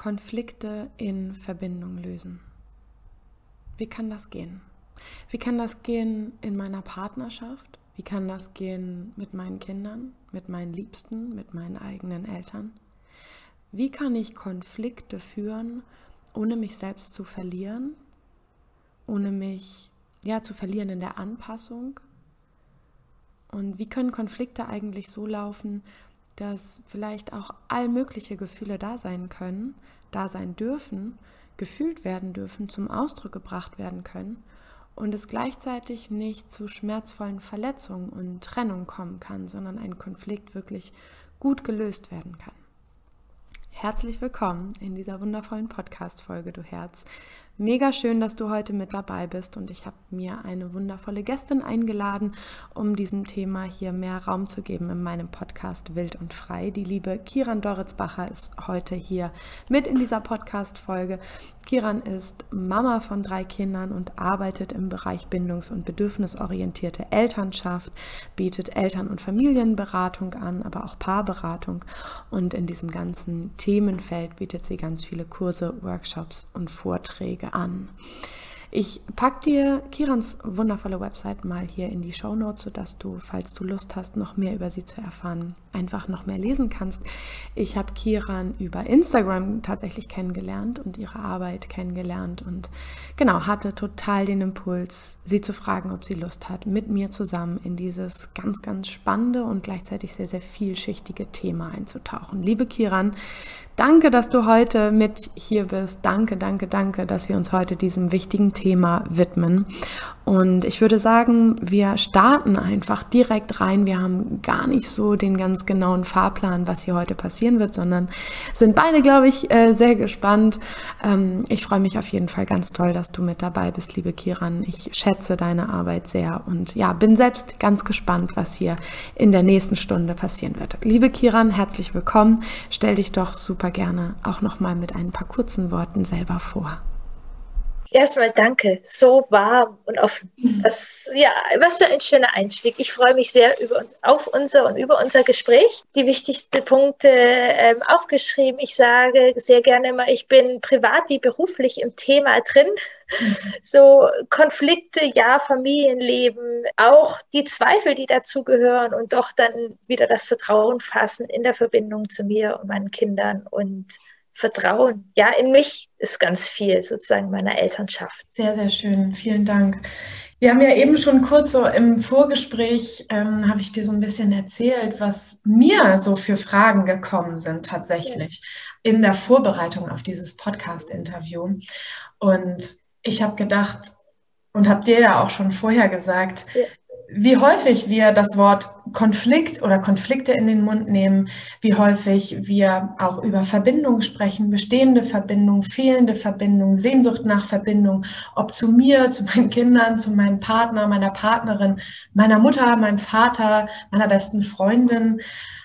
Konflikte in Verbindung lösen? Wie kann das gehen? Wie kann das gehen in meiner Partnerschaft? Wie kann das gehen mit meinen Kindern, mit meinen Liebsten, mit meinen eigenen Eltern? Wie kann ich Konflikte führen, ohne mich selbst zu verlieren, ohne mich zu verlieren in der Anpassung? Und wie können Konflikte eigentlich so laufen, dass vielleicht auch all mögliche Gefühle da sein können, da sein dürfen, gefühlt werden dürfen, zum Ausdruck gebracht werden können und es gleichzeitig nicht zu schmerzvollen Verletzungen und Trennung kommen kann, sondern ein Konflikt wirklich gut gelöst werden kann. Herzlich willkommen in dieser wundervollen Podcast-Folge, du Herz. Mega schön, dass du heute mit dabei bist und ich habe mir eine wundervolle Gästin eingeladen, um diesem Thema hier mehr Raum zu geben in meinem Podcast Wild und Frei. Die liebe Kieran Doritzbacher ist heute hier mit in dieser Podcast-Folge. Kieran ist Mama von 3 Kindern und arbeitet im Bereich bindungs- und bedürfnisorientierte Elternschaft, bietet Eltern- und Familienberatung an, aber auch Paarberatung und in diesem ganzen Themenfeld bietet sie ganz viele Kurse, Workshops und Vorträge an. Ich packe dir Kierans wundervolle Website mal hier in die Shownotes, sodass du, falls du Lust hast, noch mehr über sie zu erfahren, einfach noch mehr lesen kannst. Ich habe Kieran über Instagram tatsächlich kennengelernt und ihre Arbeit kennengelernt und genau, hatte total den Impuls, sie zu fragen, ob sie Lust hat, mit mir zusammen in dieses ganz, ganz spannende und gleichzeitig sehr, sehr vielschichtige Thema einzutauchen. Liebe Kieran, danke, dass du heute mit hier bist. Danke, dass wir uns heute diesem wichtigen Thema widmen. Und ich würde sagen, wir starten einfach direkt rein. Wir haben gar nicht so den ganz genauen Fahrplan, was hier heute passieren wird, sondern sind beide, glaube ich, sehr gespannt. Ich freue mich auf jeden Fall ganz toll, dass du mit dabei bist, liebe Kieran. Ich schätze deine Arbeit sehr und ja, bin selbst ganz gespannt, was hier in der nächsten Stunde passieren wird. Liebe Kieran, herzlich willkommen. Stell dich doch super gerne auch nochmal mit ein paar kurzen Worten selber vor. Erstmal danke, so warm und offen. Was für ein schöner Einstieg. Ich freue mich sehr über unser Gespräch. Die wichtigsten Punkte aufgeschrieben. Ich sage sehr gerne immer, ich bin privat wie beruflich im Thema drin. So Konflikte, ja, Familienleben, auch die Zweifel, die dazugehören und doch dann wieder das Vertrauen fassen in der Verbindung zu mir und meinen Kindern und Vertrauen, ja, in mich ist ganz viel sozusagen meiner Elternschaft. Sehr, sehr schön. Vielen Dank. Wir haben ja eben schon kurz so im Vorgespräch, habe ich dir so ein bisschen erzählt, was mir so für Fragen gekommen sind tatsächlich in der Vorbereitung auf dieses Podcast-Interview. Und ich habe gedacht und habe dir ja auch schon vorher gesagt, wie häufig wir das Wort Konflikt oder Konflikte in den Mund nehmen, wie häufig wir auch über Verbindung sprechen, bestehende Verbindung, fehlende Verbindung, Sehnsucht nach Verbindung, ob zu mir, zu meinen Kindern, zu meinem Partner, meiner Partnerin, meiner Mutter, meinem Vater, meiner besten Freundin.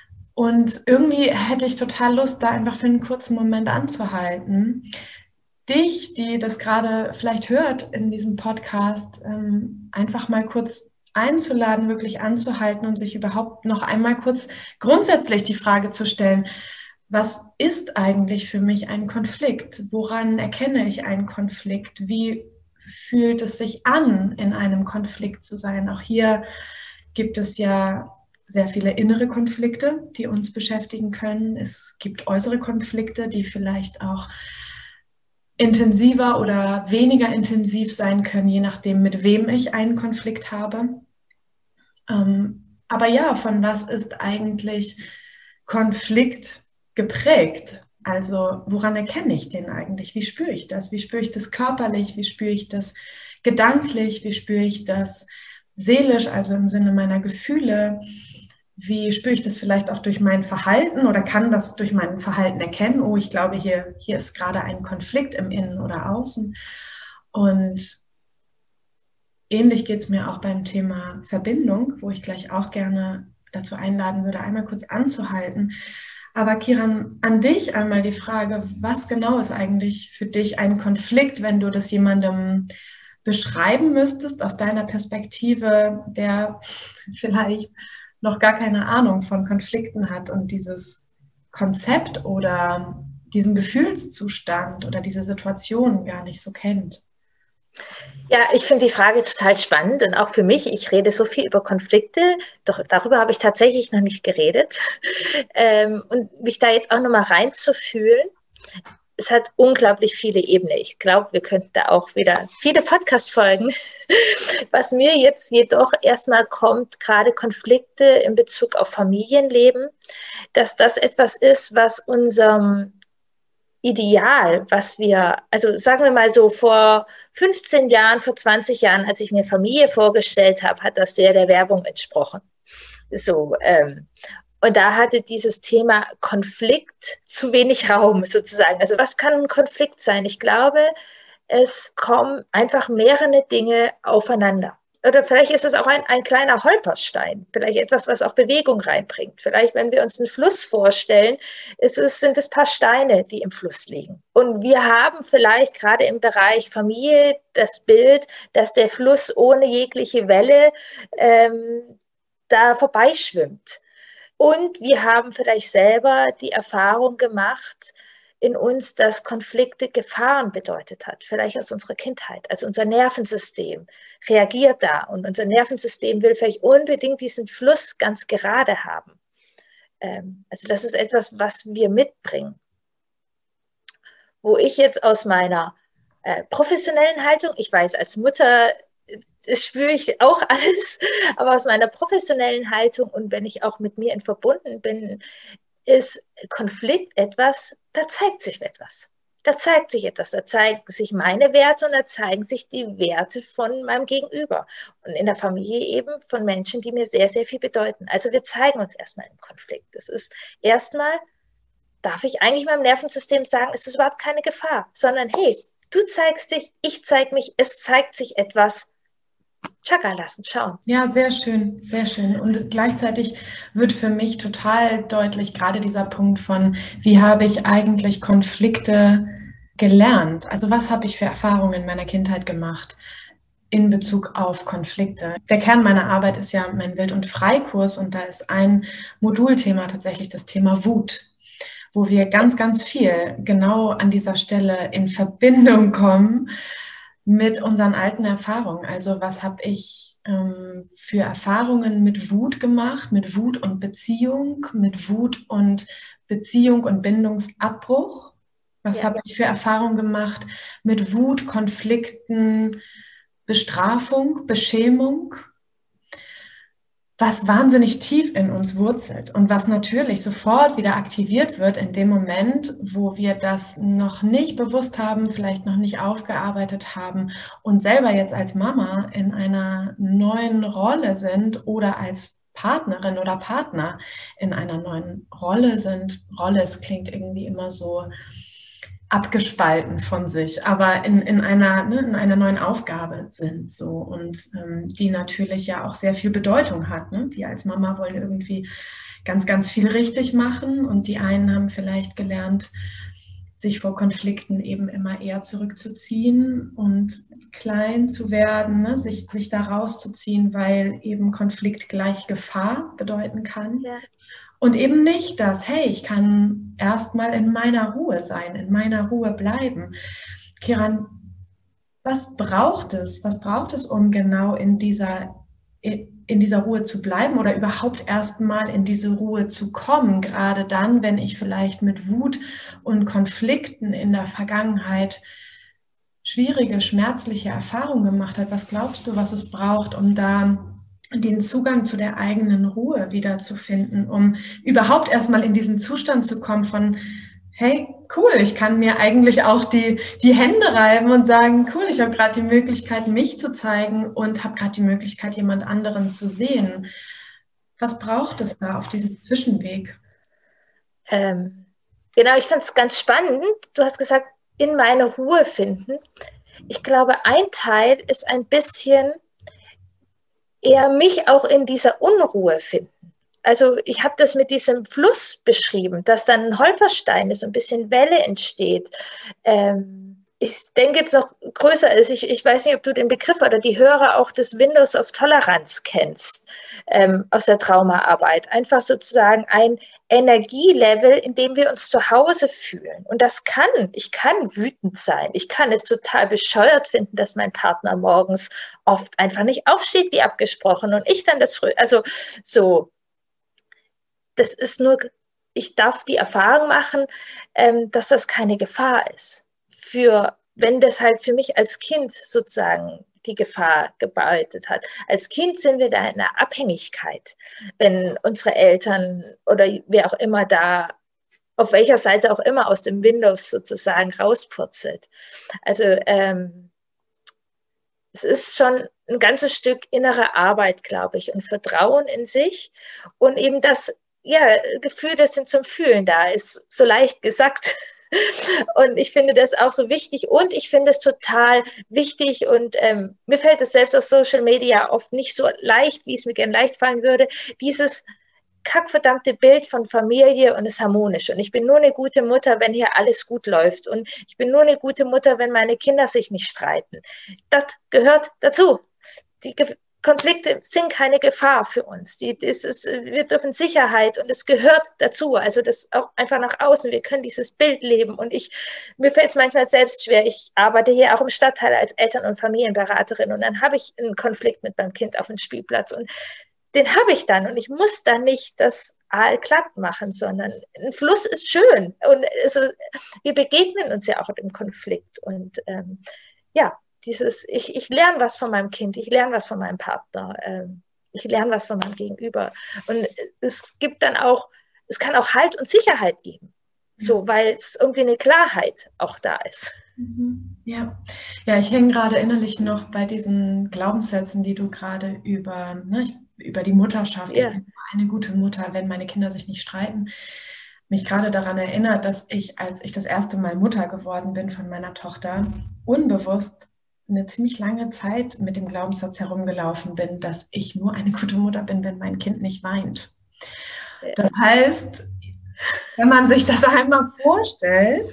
Und irgendwie hätte ich total Lust, da einfach für einen kurzen Moment anzuhalten. Dich, die das gerade vielleicht hört in diesem Podcast, einfach mal kurz einzuladen, wirklich anzuhalten und sich überhaupt noch einmal kurz grundsätzlich die Frage zu stellen, was ist eigentlich für mich ein Konflikt? Woran erkenne ich einen Konflikt? Wie fühlt es sich an, in einem Konflikt zu sein? Auch hier gibt es ja sehr viele innere Konflikte, die uns beschäftigen können. Es gibt äußere Konflikte, die vielleicht auch intensiver oder weniger intensiv sein können, je nachdem, mit wem ich einen Konflikt habe. Aber ja, von was ist eigentlich Konflikt geprägt? Also woran erkenne ich den eigentlich? Wie spüre ich das? Wie spüre ich das körperlich? Wie spüre ich das gedanklich? Wie spüre ich das seelisch, also im Sinne meiner Gefühle? Wie spüre ich das vielleicht auch durch mein Verhalten oder kann das durch mein Verhalten erkennen? Oh, ich glaube, hier ist gerade ein Konflikt im Innen oder Außen. Und ähnlich geht es mir auch beim Thema Verbindung, wo ich gleich auch gerne dazu einladen würde, einmal kurz anzuhalten. Aber Kieran, an dich einmal die Frage, was genau ist eigentlich für dich ein Konflikt, wenn du das jemandem beschreiben müsstest aus deiner Perspektive, der vielleicht noch gar keine Ahnung von Konflikten hat und dieses Konzept oder diesen Gefühlszustand oder diese Situation gar nicht so kennt? Ja, ich finde die Frage total spannend und auch für mich, ich rede so viel über Konflikte, doch darüber habe ich tatsächlich noch nicht geredet. Und mich da jetzt auch nochmal reinzufühlen, es hat unglaublich viele Ebenen. Ich glaube, wir könnten da auch wieder viele Podcast-Folgen. Was mir jetzt jedoch erstmal kommt, gerade Konflikte in Bezug auf Familienleben, dass das etwas ist, was unserem Ideal, was wir, also sagen wir mal so, vor 15 Jahren, vor 20 Jahren, als ich mir Familie vorgestellt habe, hat das sehr der Werbung entsprochen. So, und da hatte dieses Thema Konflikt zu wenig Raum sozusagen. Also was kann ein Konflikt sein? Ich glaube, es kommen einfach mehrere Dinge aufeinander. Oder vielleicht ist es auch ein kleiner Holperstein, vielleicht etwas, was auch Bewegung reinbringt. Vielleicht, wenn wir uns einen Fluss vorstellen, sind es ein paar Steine, die im Fluss liegen. Und wir haben vielleicht gerade im Bereich Familie das Bild, dass der Fluss ohne jegliche Welle da vorbeischwimmt. Und wir haben vielleicht selber die Erfahrung gemacht in uns, dass Konflikte Gefahren bedeutet hat, vielleicht aus unserer Kindheit. Also unser Nervensystem reagiert da und unser Nervensystem will vielleicht unbedingt diesen Fluss ganz gerade haben. Also das ist etwas, was wir mitbringen. Wo ich jetzt aus meiner professionellen Haltung, ich weiß, als Mutter spüre ich auch alles, aber aus meiner professionellen Haltung und wenn ich auch mit mir in verbunden bin, ist Konflikt etwas, da zeigt sich etwas. Da zeigt sich etwas, da zeigen sich meine Werte und da zeigen sich die Werte von meinem Gegenüber. Und in der Familie eben von Menschen, die mir sehr, sehr viel bedeuten. Also wir zeigen uns erstmal im Konflikt. Das ist erstmal, darf ich eigentlich meinem Nervensystem sagen, es ist überhaupt keine Gefahr, sondern hey, du zeigst dich, ich zeige mich, es zeigt sich etwas. Chaka lassen, schauen. Ja, sehr schön, sehr schön. Und gleichzeitig wird für mich total deutlich, gerade dieser Punkt von, wie habe ich eigentlich Konflikte gelernt? Also was habe ich für Erfahrungen in meiner Kindheit gemacht in Bezug auf Konflikte? Der Kern meiner Arbeit ist ja mein Wild- und Freikurs und da ist ein Modulthema tatsächlich das Thema Wut, wo wir ganz, ganz viel genau an dieser Stelle in Verbindung kommen mit unseren alten Erfahrungen. Also was habe ich für Erfahrungen mit Wut gemacht, mit Wut und Beziehung, mit Wut und Beziehung und Bindungsabbruch? Was habe ich für Erfahrungen gemacht mit Wut, Konflikten, Bestrafung, Beschämung? Was wahnsinnig tief in uns wurzelt und was natürlich sofort wieder aktiviert wird in dem Moment, wo wir das noch nicht bewusst haben, vielleicht noch nicht aufgearbeitet haben und selber jetzt als Mama in einer neuen Rolle sind oder als Partnerin oder Partner in einer neuen Rolle sind. Rolle, es klingt irgendwie immer so abgespalten von sich, aber in einer neuen Aufgabe sind so und die natürlich ja auch sehr viel Bedeutung hat. Ne? Wir als Mama wollen irgendwie ganz, ganz viel richtig machen und die einen haben vielleicht gelernt, sich vor Konflikten eben immer eher zurückzuziehen und klein zu werden, ne? sich da rauszuziehen, weil eben Konflikt gleich Gefahr bedeuten kann. Ja. Und eben nicht das, hey, ich kann erstmal in meiner Ruhe sein, in meiner Ruhe bleiben. Kiran, was braucht es? Was braucht es, um genau in dieser Ruhe zu bleiben oder überhaupt erstmal in diese Ruhe zu kommen? Gerade dann, wenn ich vielleicht mit Wut und Konflikten in der Vergangenheit schwierige, schmerzliche Erfahrungen gemacht habe. Was glaubst du, was es braucht, um da den Zugang zu der eigenen Ruhe wiederzufinden, um überhaupt erstmal in diesen Zustand zu kommen von, hey, cool, ich kann mir eigentlich auch die Hände reiben und sagen, cool, ich habe gerade die Möglichkeit, mich zu zeigen und habe gerade die Möglichkeit, jemand anderen zu sehen. Was braucht es da auf diesem Zwischenweg? Genau, ich fand es ganz spannend. Du hast gesagt, in meine Ruhe finden. Ich glaube, ein Teil ist ein bisschen eher mich auch in dieser Unruhe finden. Also ich habe das mit diesem Fluss beschrieben, dass dann ein Holperstein ist, so ein bisschen Welle entsteht. ich denke jetzt noch größer ist, ich weiß nicht, ob du den Begriff oder die Hörer auch des Windows of Toleranz kennst, aus der Traumaarbeit. Einfach sozusagen ein Energielevel, in dem wir uns zu Hause fühlen. Und ich kann wütend sein. Ich kann es total bescheuert finden, dass mein Partner morgens oft einfach nicht aufsteht, wie abgesprochen. Und ich dann also so, das ist nur, ich darf die Erfahrung machen, dass das keine Gefahr ist. Wenn das halt für mich als Kind sozusagen die Gefahr gebeutet hat. Als Kind sind wir da in einer Abhängigkeit, wenn unsere Eltern oder wer auch immer da, auf welcher Seite auch immer aus dem Windows sozusagen rauspurzelt. Also es ist schon ein ganzes Stück innere Arbeit, glaube ich, und Vertrauen in sich und eben das Gefühl, das zum Fühlen da ist, so leicht gesagt. Und ich finde das auch so wichtig und ich finde es total wichtig und mir fällt es selbst auf Social Media oft nicht so leicht, wie es mir gerne leicht fallen würde, dieses kackverdammte Bild von Familie und das Harmonische. Und ich bin nur eine gute Mutter, wenn hier alles gut läuft. Und ich bin nur eine gute Mutter, wenn meine Kinder sich nicht streiten. Das gehört dazu. Die Konflikte sind keine Gefahr für uns. Wir dürfen Sicherheit und es gehört dazu. Also das auch einfach nach außen. Wir können dieses Bild leben. Und mir fällt es manchmal selbst schwer. Ich arbeite hier auch im Stadtteil als Eltern- und Familienberaterin und dann habe ich einen Konflikt mit meinem Kind auf dem Spielplatz und den habe ich dann und ich muss dann nicht das Aal glatt machen, sondern ein Fluss ist schön. Und also, wir begegnen uns ja auch im Konflikt. Und ich lerne was von meinem Kind, ich lerne was von meinem Partner, ich lerne was von meinem Gegenüber. Und es kann auch Halt und Sicherheit geben, so, weil es irgendwie eine Klarheit auch da ist. Ja, ich hänge gerade innerlich noch bei diesen Glaubenssätzen, die du gerade über die Mutterschaft, ich bin eine gute Mutter, wenn meine Kinder sich nicht streiten, mich gerade daran erinnert, dass ich, als ich das erste Mal Mutter geworden bin von meiner Tochter, unbewusst eine ziemlich lange Zeit mit dem Glaubenssatz herumgelaufen bin, dass ich nur eine gute Mutter bin, wenn mein Kind nicht weint. Das heißt, wenn man sich das einmal vorstellt,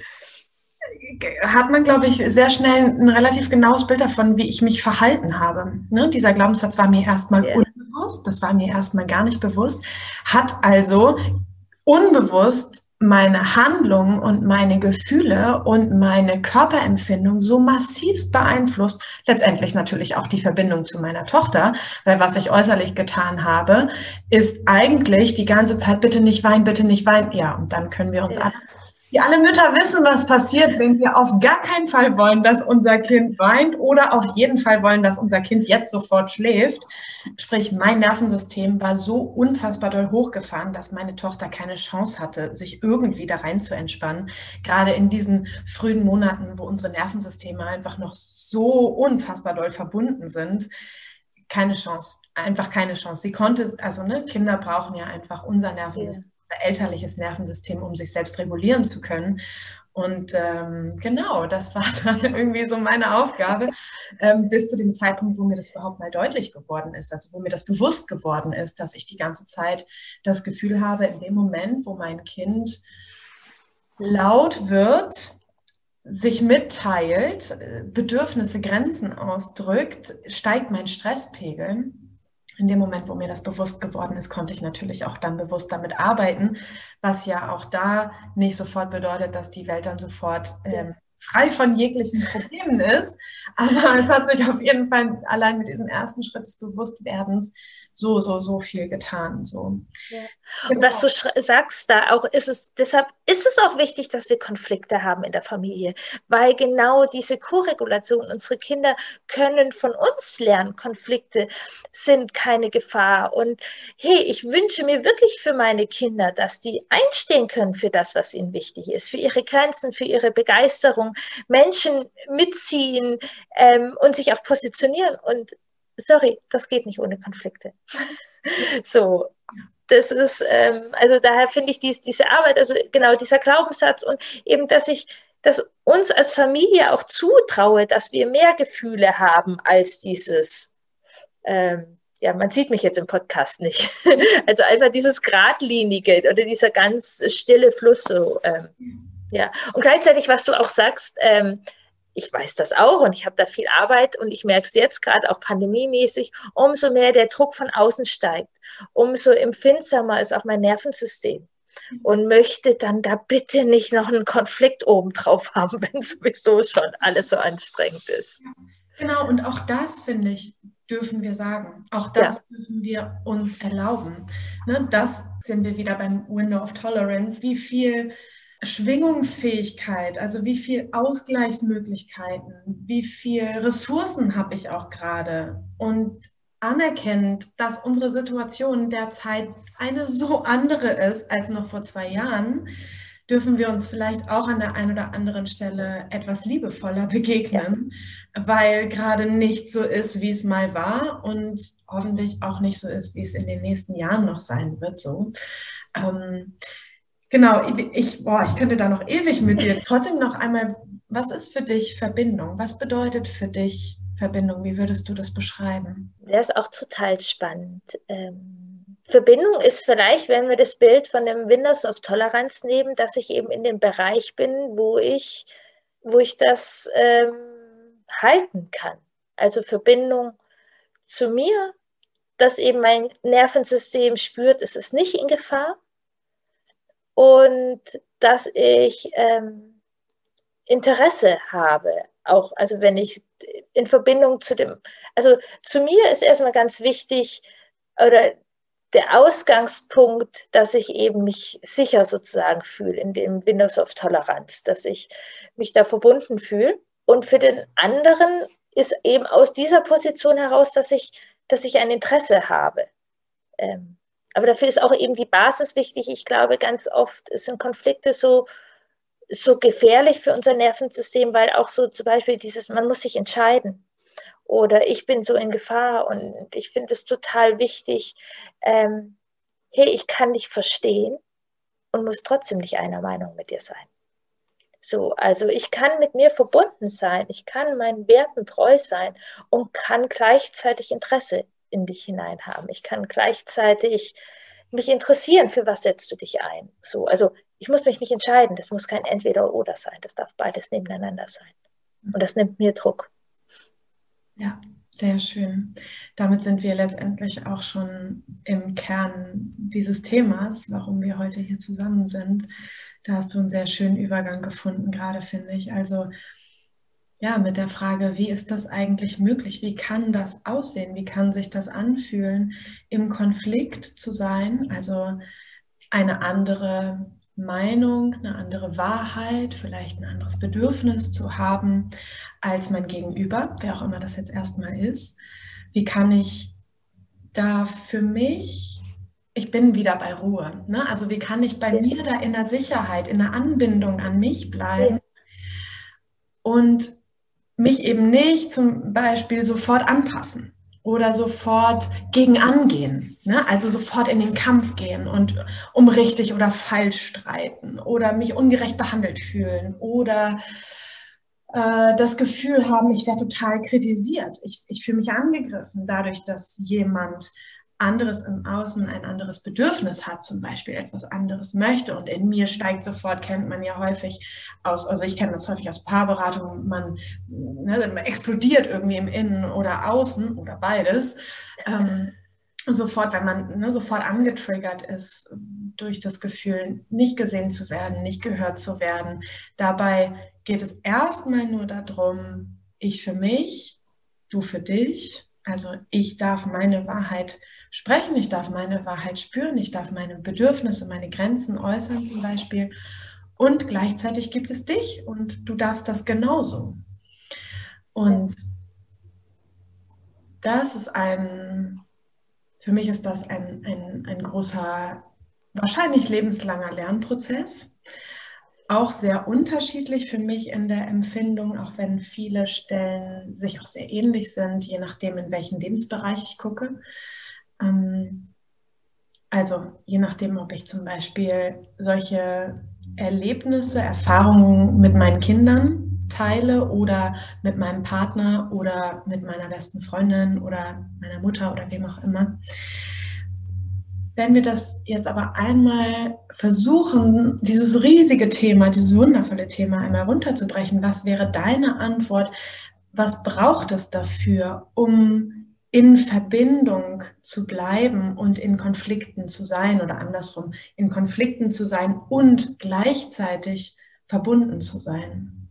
hat man, glaube ich, sehr schnell ein relativ genaues Bild davon, wie ich mich verhalten habe. Ne? Dieser Glaubenssatz war mir erstmal unbewusst, das war mir erstmal gar nicht bewusst, hat also unbewusst meine Handlungen und meine Gefühle und meine Körperempfindung so massivst beeinflusst, letztendlich natürlich auch die Verbindung zu meiner Tochter, weil was ich äußerlich getan habe, ist eigentlich die ganze Zeit, bitte nicht weinen, ja, und dann können wir uns alle Mütter wissen, was passiert, wenn wir auf gar keinen Fall wollen, dass unser Kind weint oder auf jeden Fall wollen, dass unser Kind jetzt sofort schläft. Sprich, mein Nervensystem war so unfassbar doll hochgefahren, dass meine Tochter keine Chance hatte, sich irgendwie da rein zu entspannen. Gerade in diesen frühen Monaten, wo unsere Nervensysteme einfach noch so unfassbar doll verbunden sind. Keine Chance, einfach keine Chance. Sie konnte, Kinder brauchen ja einfach unser Nervensystem. Unser elterliches Nervensystem, um sich selbst regulieren zu können. Und genau, das war dann irgendwie so meine Aufgabe, bis zu dem Zeitpunkt, wo mir das überhaupt mal deutlich geworden ist, also wo mir das bewusst geworden ist, dass ich die ganze Zeit das Gefühl habe, in dem Moment, wo mein Kind laut wird, sich mitteilt, Bedürfnisse, Grenzen ausdrückt, steigt mein Stresspegel. In dem Moment, wo mir das bewusst geworden ist, konnte ich natürlich auch dann bewusst damit arbeiten, was ja auch da nicht sofort bedeutet, dass die Welt dann sofort frei von jeglichen Problemen ist. Aber es hat sich auf jeden Fall allein mit diesem ersten Schritt des Bewusstwerdens so viel getan. So. Ja. Und was du sagst da auch, deshalb ist es auch wichtig, dass wir Konflikte haben in der Familie, weil genau diese Koregulation, unsere Kinder können von uns lernen, Konflikte sind keine Gefahr. Und hey, ich wünsche mir wirklich für meine Kinder, dass die einstehen können für das, was ihnen wichtig ist, für ihre Grenzen, für ihre Begeisterung, Menschen mitziehen und sich auch positionieren. Und sorry, das geht nicht ohne Konflikte. So, das ist, also daher finde ich diese Arbeit, also genau dieser Glaubenssatz und eben, dass uns als Familie auch zutraue, dass wir mehr Gefühle haben als dieses, man sieht mich jetzt im Podcast nicht, also einfach dieses Geradlinige oder dieser ganz stille Fluss so, ja. Und gleichzeitig, was du auch sagst, ich weiß das auch und ich habe da viel Arbeit und ich merke es jetzt gerade auch pandemiemäßig, umso mehr der Druck von außen steigt, umso empfindsamer ist auch mein Nervensystem und möchte dann da bitte nicht noch einen Konflikt obendrauf haben, wenn sowieso schon alles so anstrengend ist. Genau, und auch das, finde ich, dürfen wir sagen. Auch das dürfen wir uns erlauben. Ne, das sind wir wieder beim Window of Tolerance. Wie viel Schwingungsfähigkeit, also wie viel Ausgleichsmöglichkeiten, wie viel Ressourcen habe ich auch gerade und anerkennt, dass unsere Situation derzeit eine so andere ist als noch vor 2 Jahren, dürfen wir uns vielleicht auch an der einen oder anderen Stelle etwas liebevoller begegnen, weil gerade nicht so ist, wie es mal war und hoffentlich auch nicht so ist, wie es in den nächsten Jahren noch sein wird. So. Genau, ich könnte da noch ewig mit dir. Trotzdem noch einmal, was ist für dich Verbindung? Was bedeutet für dich Verbindung? Wie würdest du das beschreiben? Das ist auch total spannend. Verbindung ist vielleicht, wenn wir das Bild von dem Windows of Toleranz nehmen, dass ich eben in dem Bereich bin, wo ich das halten kann. Also Verbindung zu mir, dass eben mein Nervensystem spürt, es ist nicht in Gefahr und dass ich Interesse habe, auch, also wenn ich in Verbindung zu dem, also zu mir ist erstmal ganz wichtig, oder der Ausgangspunkt, dass ich eben mich sicher sozusagen fühle in dem Windows of Toleranz, dass ich mich da verbunden fühle. Und für den anderen ist eben aus dieser Position heraus, dass ich ein Interesse habe. Aber dafür ist auch eben die Basis wichtig. Ich glaube, ganz oft sind Konflikte so gefährlich für unser Nervensystem, weil auch so zum Beispiel man muss sich entscheiden. Oder ich bin so in Gefahr und ich finde es total wichtig, hey, ich kann dich verstehen und muss trotzdem nicht einer Meinung mit dir sein. So, also ich kann mit mir verbunden sein, ich kann meinen Werten treu sein und kann gleichzeitig Interesse in dich hinein haben. Ich kann gleichzeitig mich interessieren, für was setzt du dich ein. So, also ich muss mich nicht entscheiden, das muss kein Entweder-Oder sein, das darf beides nebeneinander sein. Und das nimmt mir Druck. Ja, sehr schön. Damit sind wir letztendlich auch schon im Kern dieses Themas, warum wir heute hier zusammen sind. Da hast du einen sehr schönen Übergang gefunden, gerade finde ich. Also ja, mit der Frage, wie ist das eigentlich möglich? Wie kann das aussehen? Wie kann sich das anfühlen, im Konflikt zu sein? Also eine andere Meinung, eine andere Wahrheit, vielleicht ein anderes Bedürfnis zu haben als mein Gegenüber, wer auch immer das jetzt erstmal ist. Wie kann ich da für mich, ich bin wieder bei Ruhe, ne? Also wie kann ich bei mir da in der Sicherheit, in der Anbindung an mich bleiben und mich eben nicht zum Beispiel sofort anpassen oder sofort gegen angehen, ne? Also sofort in den Kampf gehen und um richtig oder falsch streiten oder mich ungerecht behandelt fühlen oder das Gefühl haben, ich werde total kritisiert. Ich fühle mich angegriffen dadurch, dass jemand anderes im Außen ein anderes Bedürfnis hat, zum Beispiel etwas anderes möchte und in mir steigt sofort, kennt man ja häufig also ich kenne das häufig aus Paarberatung, man explodiert irgendwie im Innen oder Außen oder beides. Sofort, wenn man sofort angetriggert ist durch das Gefühl, nicht gesehen zu werden, nicht gehört zu werden. Dabei geht es erstmal nur darum, ich für mich, du für dich. Also ich darf meine Wahrheit sprechen, ich darf meine Wahrheit spüren, ich darf meine Bedürfnisse, meine Grenzen äußern zum Beispiel. Und gleichzeitig gibt es dich und du darfst das genauso. Und das ist für mich ist das ein großer, wahrscheinlich lebenslanger Lernprozess. Auch sehr unterschiedlich für mich in der Empfindung, auch wenn viele Stellen sich auch sehr ähnlich sind, je nachdem, in welchen Lebensbereich ich gucke. Also je nachdem, ob ich zum Beispiel solche Erlebnisse, Erfahrungen mit meinen Kindern teile oder mit meinem Partner oder mit meiner besten Freundin oder meiner Mutter oder wem auch immer. wenn wir das jetzt aber einmal versuchen, dieses riesige Thema, dieses wundervolle Thema einmal runterzubrechen, was wäre deine Antwort? Was braucht es dafür, um in Verbindung zu bleiben und in Konflikten zu sein oder andersrum, in Konflikten zu sein und gleichzeitig verbunden zu sein?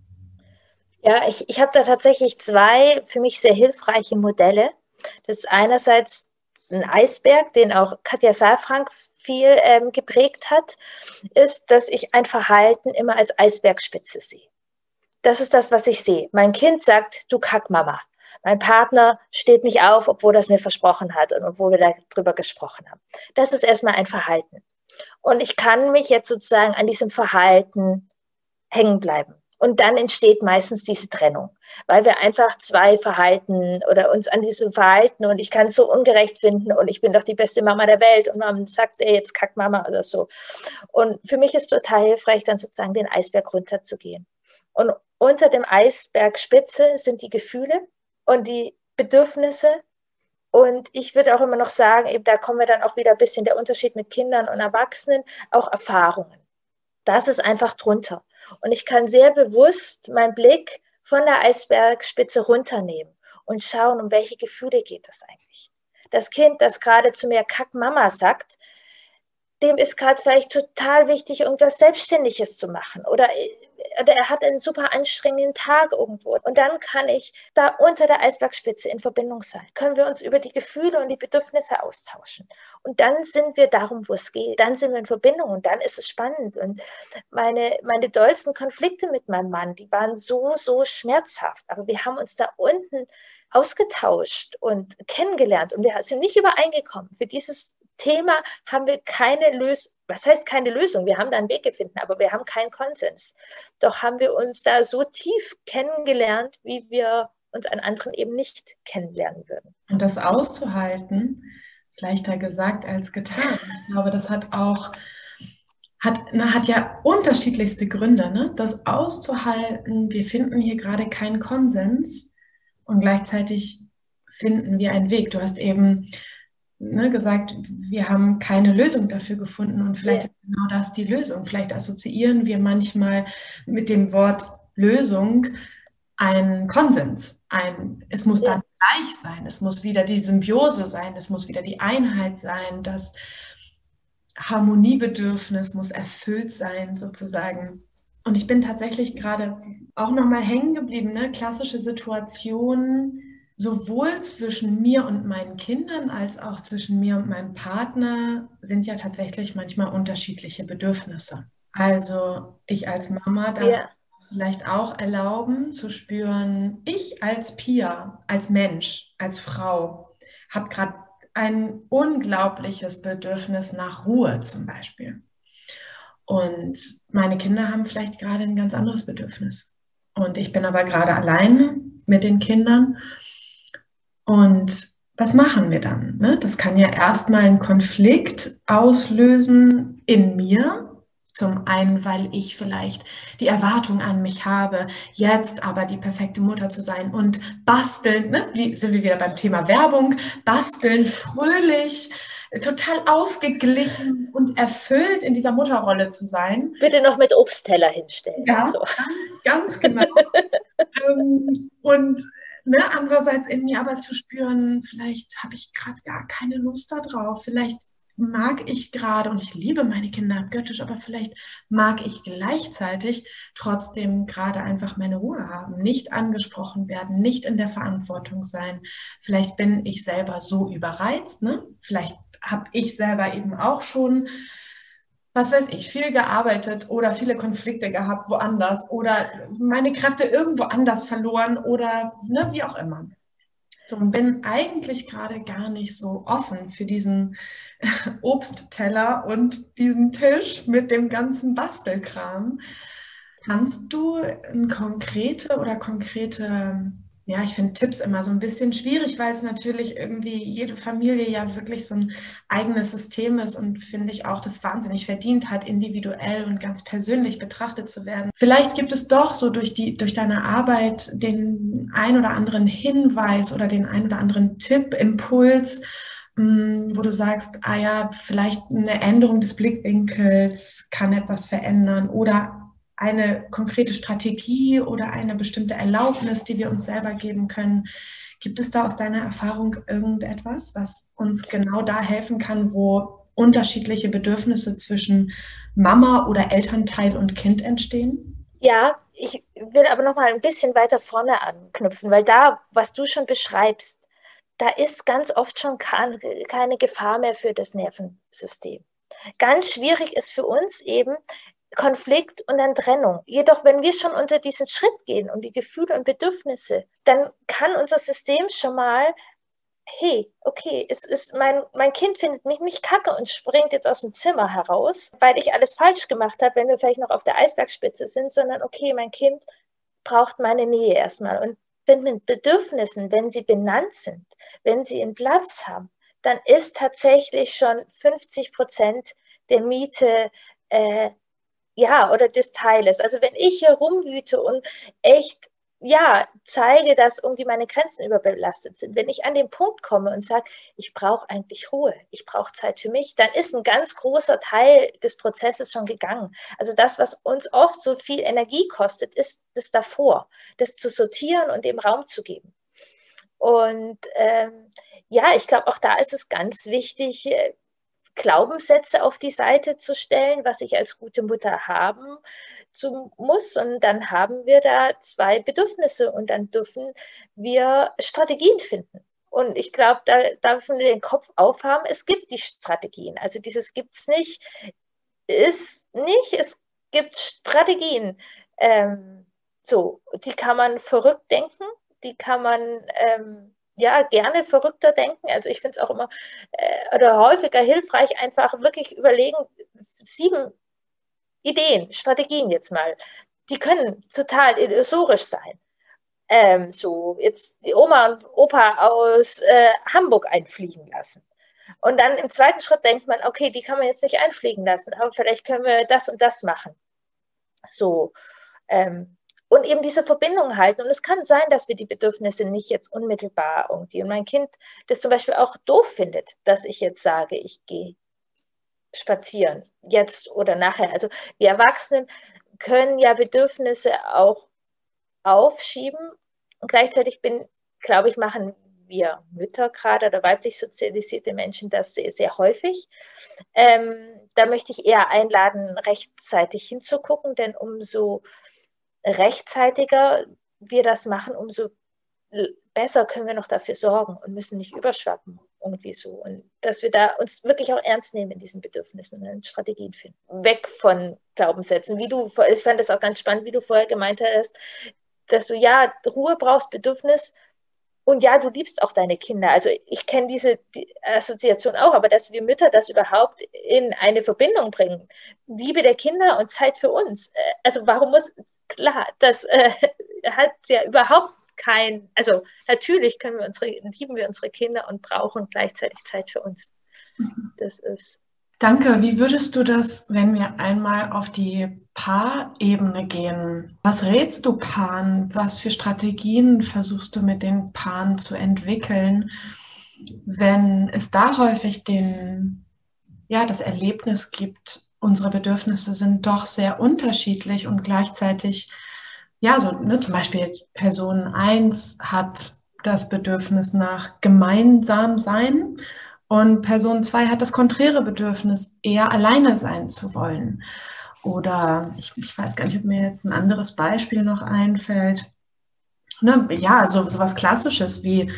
Ja, ich habe da tatsächlich zwei für mich sehr hilfreiche Modelle. Das ist einerseits ein Eisberg, den auch Katja Saalfrank viel geprägt hat, ist, dass ich ein Verhalten immer als Eisbergspitze sehe. Das ist das, was ich sehe. Mein Kind sagt, du Kackmama. Mein Partner steht nicht auf, obwohl er es mir versprochen hat und obwohl wir darüber gesprochen haben. Das ist erstmal ein Verhalten. Und ich kann mich jetzt sozusagen an diesem Verhalten hängen bleiben. Und dann entsteht meistens diese Trennung, weil wir einfach zwei Verhalten oder uns an diesem Verhalten und ich kann es so ungerecht finden und ich bin doch die beste Mama der Welt und man sagt, ey, jetzt kackt Mama oder so. Und für mich ist total hilfreich, dann sozusagen den Eisberg runterzugehen. Und unter dem Eisbergspitze sind die Gefühle und die Bedürfnisse. Und ich würde auch immer noch sagen, eben da kommen wir dann auch wieder ein bisschen der Unterschied mit Kindern und Erwachsenen, auch Erfahrungen. Das ist einfach drunter. Und ich kann sehr bewusst meinen Blick von der Eisbergspitze runternehmen und schauen, um welche Gefühle geht es eigentlich. Das Kind, das gerade zu mir Kack-Mama sagt, dem ist gerade vielleicht total wichtig, irgendwas Selbstständiges zu machen. Oder er hat einen super anstrengenden Tag irgendwo. Und dann kann ich da unter der Eisbergspitze in Verbindung sein. Können wir uns über die Gefühle und die Bedürfnisse austauschen. Und dann sind wir darum, wo es geht. Dann sind wir in Verbindung und dann ist es spannend. Und meine dollsten Konflikte mit meinem Mann, die waren so, so schmerzhaft. Aber wir haben uns da unten ausgetauscht und kennengelernt. Und wir sind nicht übereingekommen. Für dieses Thema haben wir keine Lösung. Was heißt keine Lösung? Wir haben da einen Weg gefunden, aber wir haben keinen Konsens. Doch haben wir uns da so tief kennengelernt, wie wir uns an anderen eben nicht kennenlernen würden. Und das auszuhalten, ist leichter gesagt als getan. Ich glaube, das hat ja unterschiedlichste Gründe, ne? Das auszuhalten, wir finden hier gerade keinen Konsens und gleichzeitig finden wir einen Weg. Du hast eben gesagt, wir haben keine Lösung dafür gefunden und vielleicht ist genau das die Lösung. Vielleicht assoziieren wir manchmal mit dem Wort Lösung einen Konsens. Es muss dann gleich sein, es muss wieder die Symbiose sein, es muss wieder die Einheit sein, das Harmoniebedürfnis muss erfüllt sein sozusagen. Und ich bin tatsächlich gerade auch nochmal hängen geblieben, ne? Klassische Situationen, sowohl zwischen mir und meinen Kindern als auch zwischen mir und meinem Partner sind ja tatsächlich manchmal unterschiedliche Bedürfnisse. Also ich als Mama darf vielleicht auch erlauben zu spüren, ich als Pia, als Mensch, als Frau, habe gerade ein unglaubliches Bedürfnis nach Ruhe zum Beispiel. Und meine Kinder haben vielleicht gerade ein ganz anderes Bedürfnis. Und ich bin aber gerade alleine mit den Kindern. Und was machen wir dann? Ne? Das kann ja erstmal einen Konflikt auslösen in mir. Zum einen, weil ich vielleicht die Erwartung an mich habe, jetzt aber die perfekte Mutter zu sein und basteln, ne? Wie sind wir wieder beim Thema Werbung, basteln, fröhlich, total ausgeglichen und erfüllt in dieser Mutterrolle zu sein. Bitte noch mit Obstteller hinstellen. Ja, so. Ganz genau. Und andererseits in mir aber zu spüren, vielleicht habe ich gerade gar keine Lust darauf, vielleicht mag ich gerade, und ich liebe meine Kinder göttisch, aber vielleicht mag ich gleichzeitig trotzdem gerade einfach meine Ruhe haben, nicht angesprochen werden, nicht in der Verantwortung sein. Vielleicht bin ich selber so überreizt, ne? Vielleicht habe ich selber eben auch schon, was weiß ich, viel gearbeitet oder viele Konflikte gehabt woanders oder meine Kräfte irgendwo anders verloren oder wie auch immer. So, und bin eigentlich gerade gar nicht so offen für diesen Obstteller und diesen Tisch mit dem ganzen Bastelkram. Kannst du konkrete, ja, ich finde Tipps immer so ein bisschen schwierig, weil es natürlich irgendwie jede Familie ja wirklich so ein eigenes System ist und finde ich auch, das wahnsinnig verdient hat, individuell und ganz persönlich betrachtet zu werden. Vielleicht gibt es doch so durch deine Arbeit den ein oder anderen Hinweis oder den ein oder anderen Tipp, Impuls, wo du sagst, ah ja, vielleicht eine Änderung des Blickwinkels kann etwas verändern oder eine konkrete Strategie oder eine bestimmte Erlaubnis, die wir uns selber geben können. Gibt es da aus deiner Erfahrung irgendetwas, was uns genau da helfen kann, wo unterschiedliche Bedürfnisse zwischen Mama oder Elternteil und Kind entstehen? Ja, ich will aber noch mal ein bisschen weiter vorne anknüpfen, weil da, was du schon beschreibst, da ist ganz oft schon keine Gefahr mehr für das Nervensystem. Ganz schwierig ist für uns eben Konflikt und dann Trennung. Jedoch, wenn wir schon unter diesen Schritt gehen und die Gefühle und Bedürfnisse, dann kann unser System schon mal, hey, okay, es ist mein Kind findet mich nicht kacke und springt jetzt aus dem Zimmer heraus, weil ich alles falsch gemacht habe, wenn wir vielleicht noch auf der Eisbergspitze sind, sondern okay, mein Kind braucht meine Nähe erstmal. Und wenn mit Bedürfnissen, wenn sie benannt sind, wenn sie einen Platz haben, dann ist tatsächlich schon 50% der Miete ja, oder des Teiles. Also wenn ich hier rumwüte und echt, ja, zeige, dass irgendwie meine Grenzen überbelastet sind, wenn ich an den Punkt komme und sage, ich brauche eigentlich Ruhe, ich brauche Zeit für mich, dann ist ein ganz großer Teil des Prozesses schon gegangen. Also das, was uns oft so viel Energie kostet, ist das davor, das zu sortieren und dem Raum zu geben. Und ja, ich glaube, auch da ist es ganz wichtig, Glaubenssätze auf die Seite zu stellen, was ich als gute Mutter haben muss. Und dann haben wir da 2 Bedürfnisse und dann dürfen wir Strategien finden. Und ich glaube, da darf man den Kopf aufhaben. Es gibt die Strategien. Also dieses gibt es nicht, ist nicht. Es gibt Strategien. So, die kann man verrückt denken, die kann man ja, gerne verrückter denken. Also ich finde es auch immer oder häufiger hilfreich, einfach wirklich überlegen, 7 Ideen, Strategien jetzt mal, die können total illusorisch sein. So jetzt die Oma und Opa aus Hamburg einfliegen lassen. Und dann im zweiten Schritt denkt man, okay, die kann man jetzt nicht einfliegen lassen, aber vielleicht können wir das und das machen. So, und eben diese Verbindung halten. Und es kann sein, dass wir die Bedürfnisse nicht jetzt unmittelbar irgendwie. Und mein Kind das zum Beispiel auch doof findet, dass ich jetzt sage, ich gehe spazieren, jetzt oder nachher. Also wir Erwachsenen können ja Bedürfnisse auch aufschieben. Und gleichzeitig glaube ich, machen wir Mütter gerade oder weiblich sozialisierte Menschen das sehr, sehr häufig. Da möchte ich eher einladen, rechtzeitig hinzugucken, denn umso rechtzeitiger wir das machen, umso besser können wir noch dafür sorgen und müssen nicht überschwappen irgendwie so. Und dass wir da uns wirklich auch ernst nehmen in diesen Bedürfnissen und Strategien finden. Weg von Glaubenssätzen. Ich fand das auch ganz spannend, wie du vorher gemeint hast, dass du ja Ruhe brauchst, Bedürfnis und ja, du liebst auch deine Kinder. Also ich kenne die Assoziation auch, aber dass wir Mütter das überhaupt in eine Verbindung bringen. Liebe der Kinder und Zeit für uns. Also warum klar, das hat ja überhaupt also natürlich lieben wir unsere Kinder und brauchen gleichzeitig Zeit für uns. Das ist. Danke. Wie würdest du das, wenn wir einmal auf die Paarebene gehen? Was rätst du Paaren? Was für Strategien versuchst du mit den Paaren zu entwickeln, wenn es da häufig das Erlebnis gibt, unsere Bedürfnisse sind doch sehr unterschiedlich und gleichzeitig, zum Beispiel Person 1 hat das Bedürfnis nach gemeinsam sein und Person 2 hat das konträre Bedürfnis, eher alleine sein zu wollen. Oder ich weiß gar nicht, ob mir jetzt ein anderes Beispiel noch einfällt. Ja, sowas Klassisches wie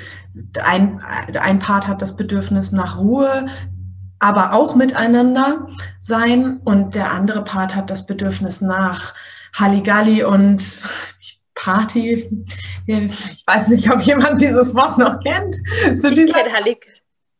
ein Part hat das Bedürfnis nach Ruhe, aber auch miteinander sein und der andere Part hat das Bedürfnis nach Halligalli und Party. Ich weiß nicht, ob jemand dieses Wort noch kennt. Ich kenne Halligalli.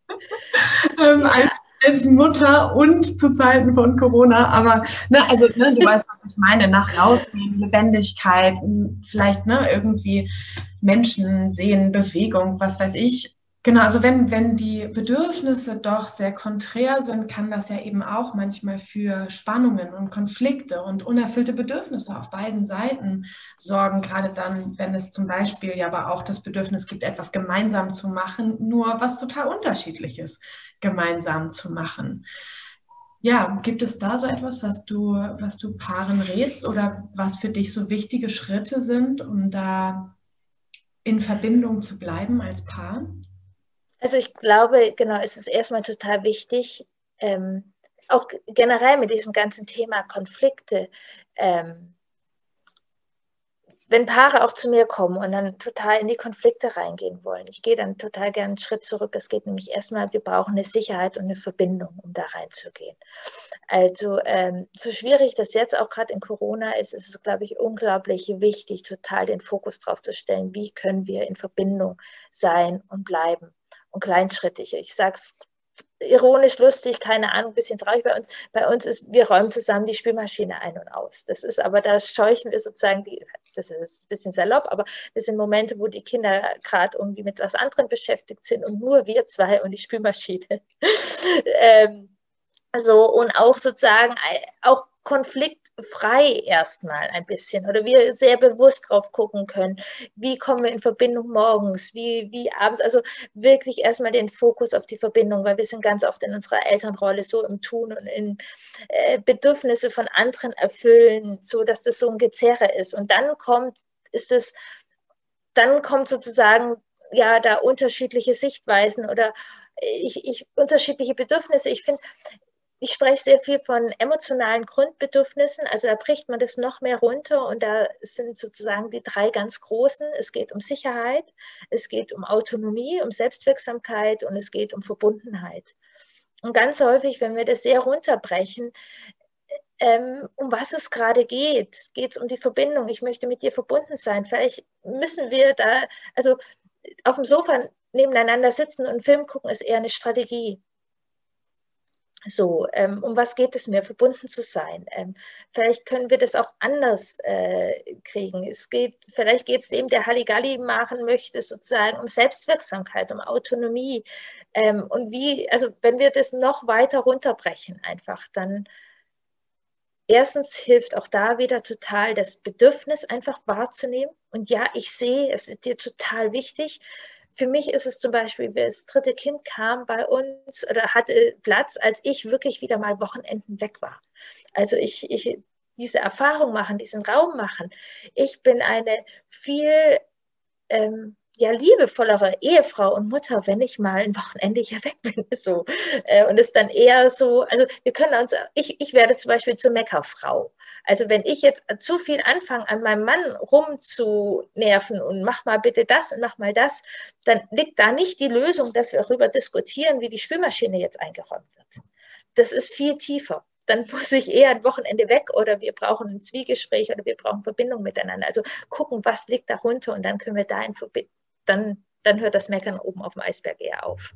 Als Mutter und zu Zeiten von Corona, aber du weißt, was ich meine, nach rausgehen, Lebendigkeit, vielleicht irgendwie Menschen sehen, Bewegung, was weiß ich. Genau, also wenn die Bedürfnisse doch sehr konträr sind, kann das ja eben auch manchmal für Spannungen und Konflikte und unerfüllte Bedürfnisse auf beiden Seiten sorgen, gerade dann, wenn es zum Beispiel ja aber auch das Bedürfnis gibt, etwas gemeinsam zu machen, nur was total Unterschiedliches gemeinsam zu machen. Ja, gibt es da so etwas, was du Paaren rätst oder was für dich so wichtige Schritte sind, um da in Verbindung zu bleiben als Paar? Also ich glaube, genau, es ist erstmal total wichtig, auch generell mit diesem ganzen Thema Konflikte, ähm, wenn Paare auch zu mir kommen und dann total in die Konflikte reingehen wollen. Ich gehe dann total gerne einen Schritt zurück. Es geht nämlich erstmal, wir brauchen eine Sicherheit und eine Verbindung, um da reinzugehen. Also so schwierig das jetzt auch gerade in Corona ist, ist es, glaube ich, unglaublich wichtig, total den Fokus drauf zu stellen, wie können wir in Verbindung sein und bleiben und kleinschrittig. Ich sage es ironisch, lustig, keine Ahnung, ein bisschen traurig bei uns. Bei uns ist, wir räumen zusammen die Spülmaschine ein und aus. Das ist aber, da scheuchen wir sozusagen die, das ist ein bisschen salopp, aber das sind Momente, wo die Kinder gerade irgendwie mit was anderem beschäftigt sind und nur wir zwei und die Spülmaschine. So, und auch sozusagen auch konfliktfrei erstmal ein bisschen oder wir sehr bewusst drauf gucken können, wie kommen wir in Verbindung morgens, wie abends, also wirklich erstmal den Fokus auf die Verbindung, weil wir sind ganz oft in unserer Elternrolle so im Tun und in Bedürfnisse von anderen erfüllen, so dass das so ein Gezerre ist und dann kommt sozusagen ja da unterschiedliche Sichtweisen oder unterschiedliche Bedürfnisse. Ich spreche sehr viel von emotionalen Grundbedürfnissen, also da bricht man das noch mehr runter und da sind sozusagen die drei ganz großen. Es geht um Sicherheit, es geht um Autonomie, um Selbstwirksamkeit und es geht um Verbundenheit. Und ganz häufig, wenn wir das sehr runterbrechen, um was es gerade geht es um die Verbindung. Ich möchte mit dir verbunden sein. Vielleicht müssen wir da, also auf dem Sofa nebeneinander sitzen und einen Film gucken, ist eher eine Strategie. So, um was geht es mir, verbunden zu sein? Vielleicht können wir das auch anders kriegen. Vielleicht geht es dem, der Halligalli machen möchte, sozusagen um Selbstwirksamkeit, um Autonomie. Und also wenn wir das noch weiter runterbrechen einfach, dann erstens hilft auch da wieder total das Bedürfnis einfach wahrzunehmen. Und ja, ich sehe, es ist dir total wichtig. Für mich ist es zum Beispiel, das dritte Kind kam bei uns oder hatte Platz, als ich wirklich wieder mal Wochenenden weg war. Also diese Erfahrung machen, diesen Raum machen. Ich bin eine viel ja, liebevollere Ehefrau und Mutter, wenn ich mal ein Wochenende hier weg bin. So. Und es dann eher so, also wir können uns, ich werde zum Beispiel zur Meckerfrau. Also wenn ich jetzt zu viel anfange, an meinem Mann rumzunerven und mach mal bitte das und mach mal das, dann liegt da nicht die Lösung, dass wir darüber diskutieren, wie die Spülmaschine jetzt eingeräumt wird. Das ist viel tiefer. Dann muss ich eher ein Wochenende weg oder wir brauchen ein Zwiegespräch oder wir brauchen Verbindung miteinander. Also gucken, was liegt darunter und dann können wir da in Verbindung, dann hört das Meckern oben auf dem Eisberg eher auf.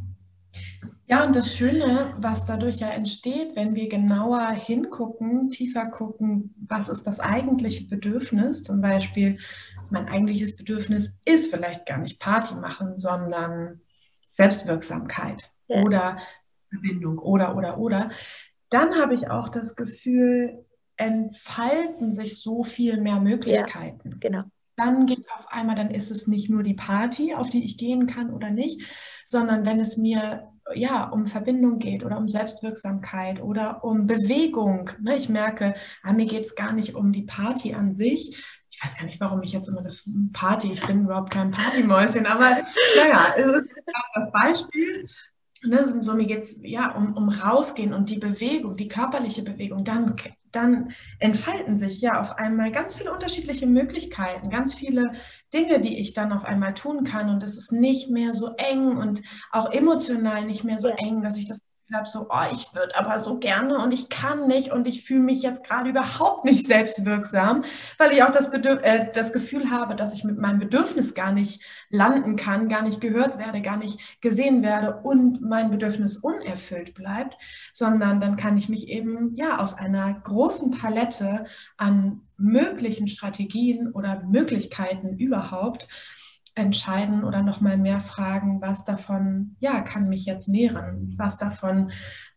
Ja, und das Schöne, was dadurch ja entsteht, wenn wir genauer hingucken, tiefer gucken, was ist das eigentliche Bedürfnis? Zum Beispiel, mein eigentliches Bedürfnis ist vielleicht gar nicht Party machen, sondern Selbstwirksamkeit oder Verbindung oder. Dann habe ich auch das Gefühl, entfalten sich so viel mehr Möglichkeiten. Ja, genau. Dann geht auf einmal, dann ist es nicht nur die Party, auf die ich gehen kann oder nicht, sondern wenn es mir ja um Verbindung geht oder um Selbstwirksamkeit oder um Bewegung. Ne? Ich merke, mir geht es gar nicht um die Party an sich. Ich weiß gar nicht, warum ich jetzt immer das Party, ich bin überhaupt kein Partymäuschen, aber naja, es ist das Beispiel. Ne, so mir geht es ja um Rausgehen und die Bewegung, die körperliche Bewegung, dann entfalten sich ja auf einmal ganz viele unterschiedliche Möglichkeiten, ganz viele Dinge, die ich dann auf einmal tun kann und es ist nicht mehr so eng und auch emotional nicht mehr so eng, dass ich das Gefühl habe, so, oh, ich würde aber so gerne und ich kann nicht und ich fühle mich jetzt gerade überhaupt nicht selbstwirksam, weil ich auch das Gefühl habe, dass ich mit meinem Bedürfnis gar nicht landen kann, gar nicht gehört werde, gar nicht gesehen werde und mein Bedürfnis unerfüllt bleibt, sondern dann kann ich mich eben ja aus einer großen Palette an möglichen Strategien oder Möglichkeiten überhaupt entscheiden oder nochmal mehr fragen, was davon, ja, kann mich jetzt nähren, was davon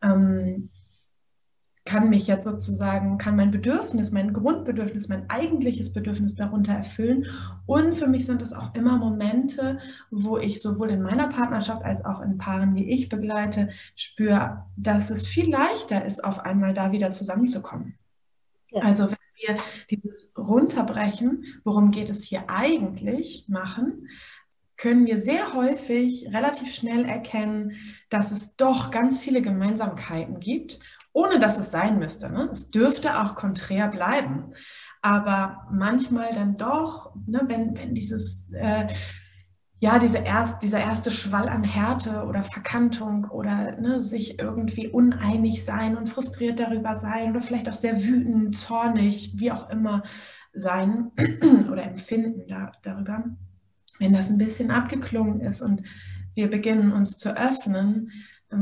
kann mich jetzt sozusagen, kann mein Bedürfnis, mein Grundbedürfnis, mein eigentliches Bedürfnis darunter erfüllen. Und für mich sind es auch immer Momente, wo ich sowohl in meiner Partnerschaft als auch in Paaren, die ich begleite, spüre, dass es viel leichter ist, auf einmal da wieder zusammenzukommen. Ja. Also wenn wir dieses Runterbrechen, worum geht es hier eigentlich, machen, können wir sehr häufig relativ schnell erkennen, dass es doch ganz viele Gemeinsamkeiten gibt, ohne dass es sein müsste. Ne? Es dürfte auch konträr bleiben. Aber manchmal dann doch, ne, wenn dieses, dieser erste Schwall an Härte oder Verkantung oder ne, sich irgendwie uneinig sein und frustriert darüber sein oder vielleicht auch sehr wütend, zornig, wie auch immer sein oder empfinden darüber. Wenn das ein bisschen abgeklungen ist und wir beginnen uns zu öffnen,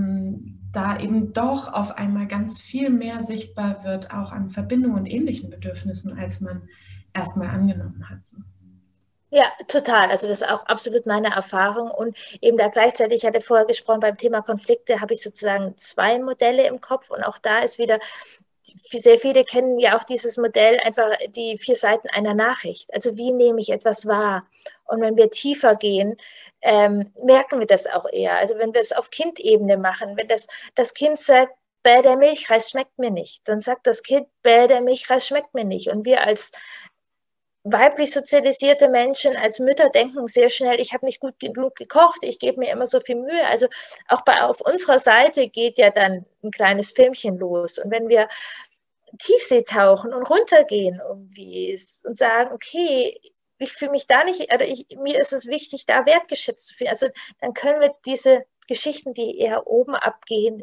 da eben doch auf einmal ganz viel mehr sichtbar wird, auch an Verbindungen und ähnlichen Bedürfnissen, als man erstmal angenommen hat. So. Ja, total. Also das ist auch absolut meine Erfahrung. Und eben da gleichzeitig, ich hatte vorher gesprochen, beim Thema Konflikte habe ich sozusagen 2 Modelle im Kopf. Und auch da ist wieder, sehr viele kennen ja auch dieses Modell, einfach die 4 Seiten einer Nachricht. Also wie nehme ich etwas wahr? Und wenn wir tiefer gehen, merken wir das auch eher. Also wenn wir es auf Kindebene machen, wenn das Kind sagt, bäh, der Milchreis schmeckt mir nicht, dann sagt das Kind, bäh, der Milchreis schmeckt mir nicht. Und wir als weiblich sozialisierte Menschen, als Mütter denken sehr schnell, ich habe nicht gut genug gekocht, ich gebe mir immer so viel Mühe. Also auch auf unserer Seite geht ja dann ein kleines Filmchen los. Und wenn wir Tiefsee tauchen und runtergehen irgendwie und sagen, okay, ich fühle mich da nicht, oder mir ist es wichtig, da wertgeschätzt zu fühlen. Also dann können wir diese Geschichten, die eher oben abgehen,